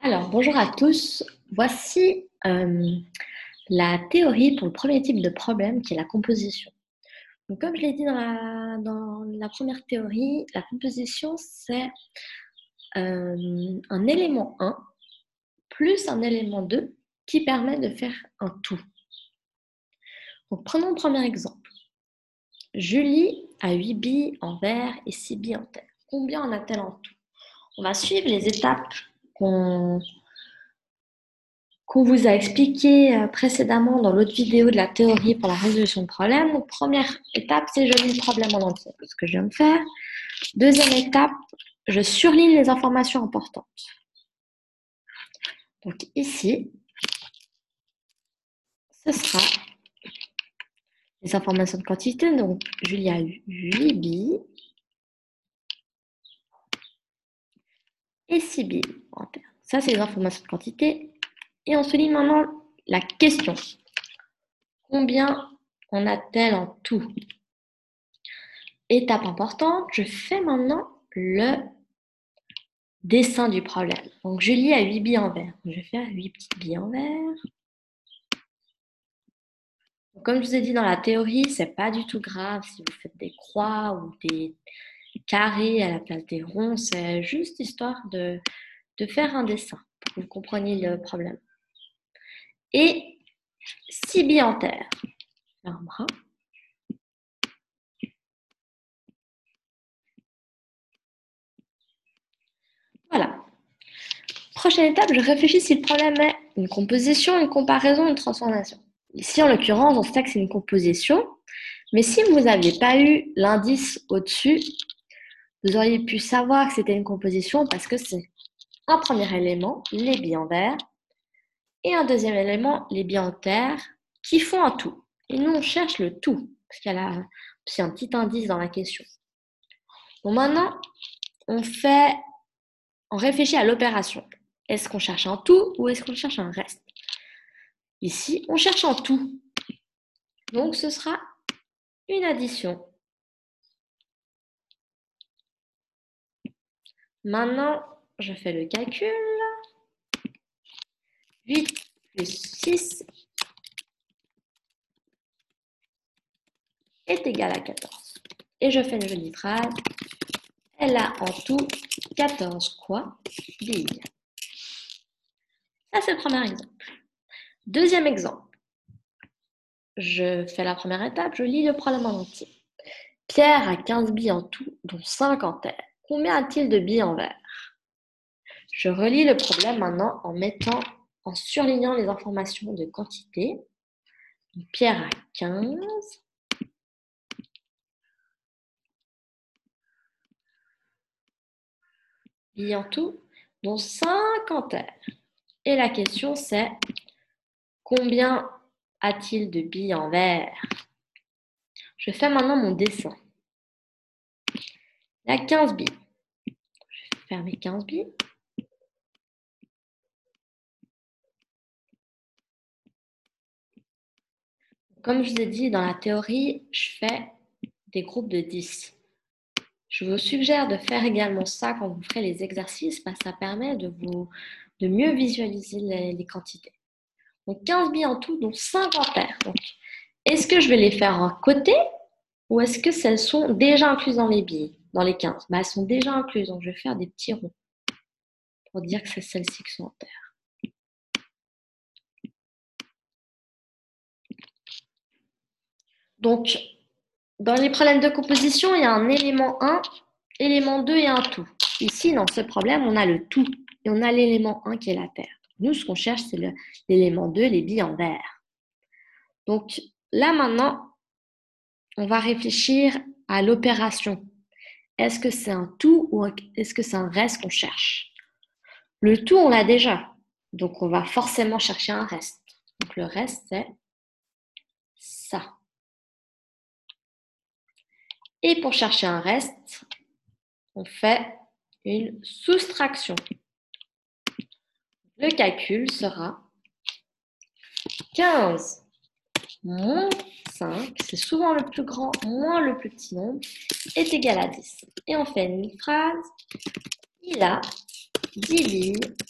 Alors, bonjour à tous. Voici la théorie pour le premier type de problème qui est la composition. Donc, comme je l'ai dit dans la première théorie, la composition, c'est un élément 1 plus un élément 2 qui permet de faire un tout. Donc, prenons le premier exemple. Julie a 8 billes en verre et 6 billes en terre. Combien en a-t-elle en tout? On va suivre les étapes qu'on vous a expliqué précédemment dans l'autre vidéo de la théorie pour la résolution de problème. Donc, première étape, c'est je lis le problème en entier, ce que je viens de faire. Deuxième étape, je surligne les informations importantes. Donc ici, ce sera les informations de quantité. Donc, Julie a eu 8 billes et 6 billes en terre. Ça, c'est les informations de quantité. Et on souligne maintenant la question. Combien en a-t-elle en tout? Étape importante, je fais maintenant le dessin du problème. Donc, Julie a 8 billes en verre. Je vais faire 8 petites billes en verre. Donc, comme je vous ai dit dans la théorie, c'est pas du tout grave si vous faites des croix ou des carrés à la place des ronds. C'est juste histoire de faire un dessin pour que vous compreniez le problème. Et 6 billes en terre. Un bras. Voilà. Prochaine étape, je réfléchis si le problème est une composition, une comparaison, une transformation. Ici, en l'occurrence, on sait que c'est une composition, mais si vous n'aviez pas eu l'indice au-dessus, vous auriez pu savoir que c'était une composition parce que c'est un premier élément, les billes en verre, et un deuxième élément, les billes en terre, qui font un tout. Et nous, on cherche le tout, parce qu'il y a aussi un petit indice dans la question. Bon, maintenant, on réfléchit à l'opération. Est-ce qu'on cherche un tout ou est-ce qu'on cherche un reste? Ici, on cherche un tout. Donc, ce sera une addition. Maintenant, je fais le calcul. 8 plus 6 est égal à 14. Et je fais une jolie phrase. Elle a en tout 14 quoi? Billes. Ça, c'est le premier exemple. Deuxième exemple. Je fais la première étape, je lis le problème en entier. Pierre a 15 billes en tout, dont 5 en terre. Combien a-t-il de billes en verre? Je relis le problème maintenant en surlignant les informations de quantité. Donc, Pierre a 15. Billes en tout, dont 5 en terre. Et la question c'est, combien a-t-il de billes en verre? Je fais maintenant mon dessin. Il y a 15 billes. Je vais faire mes 15 billes. Comme je vous ai dit, dans la théorie, je fais des groupes de 10. Je vous suggère de faire également ça quand vous ferez les exercices, parce que ça permet de mieux visualiser les quantités. Donc 15 billes en tout, donc 5 en terre. Donc, est-ce que je vais les faire en côté ou est-ce que celles sont déjà incluses dans les billes, dans les 15? Elles sont déjà incluses, donc je vais faire des petits ronds pour dire que c'est celles-ci qui sont en terre. Donc, dans les problèmes de composition, il y a un élément 1, élément 2 et un tout. Ici, dans ce problème, on a le tout et on a l'élément 1 qui est la terre. Nous, ce qu'on cherche, c'est l'élément 2, les billes en verre. Donc là, maintenant, on va réfléchir à l'opération. Est-ce que c'est un tout ou est-ce que c'est un reste qu'on cherche? Le tout, on l'a déjà. Donc, on va forcément chercher un reste. Donc, le reste, c'est ça. Et pour chercher un reste, on fait une soustraction. Le calcul sera 15 moins 5, c'est souvent le plus grand moins le plus petit nombre, est égal à 10. Et on fait une phrase, il a 10 billes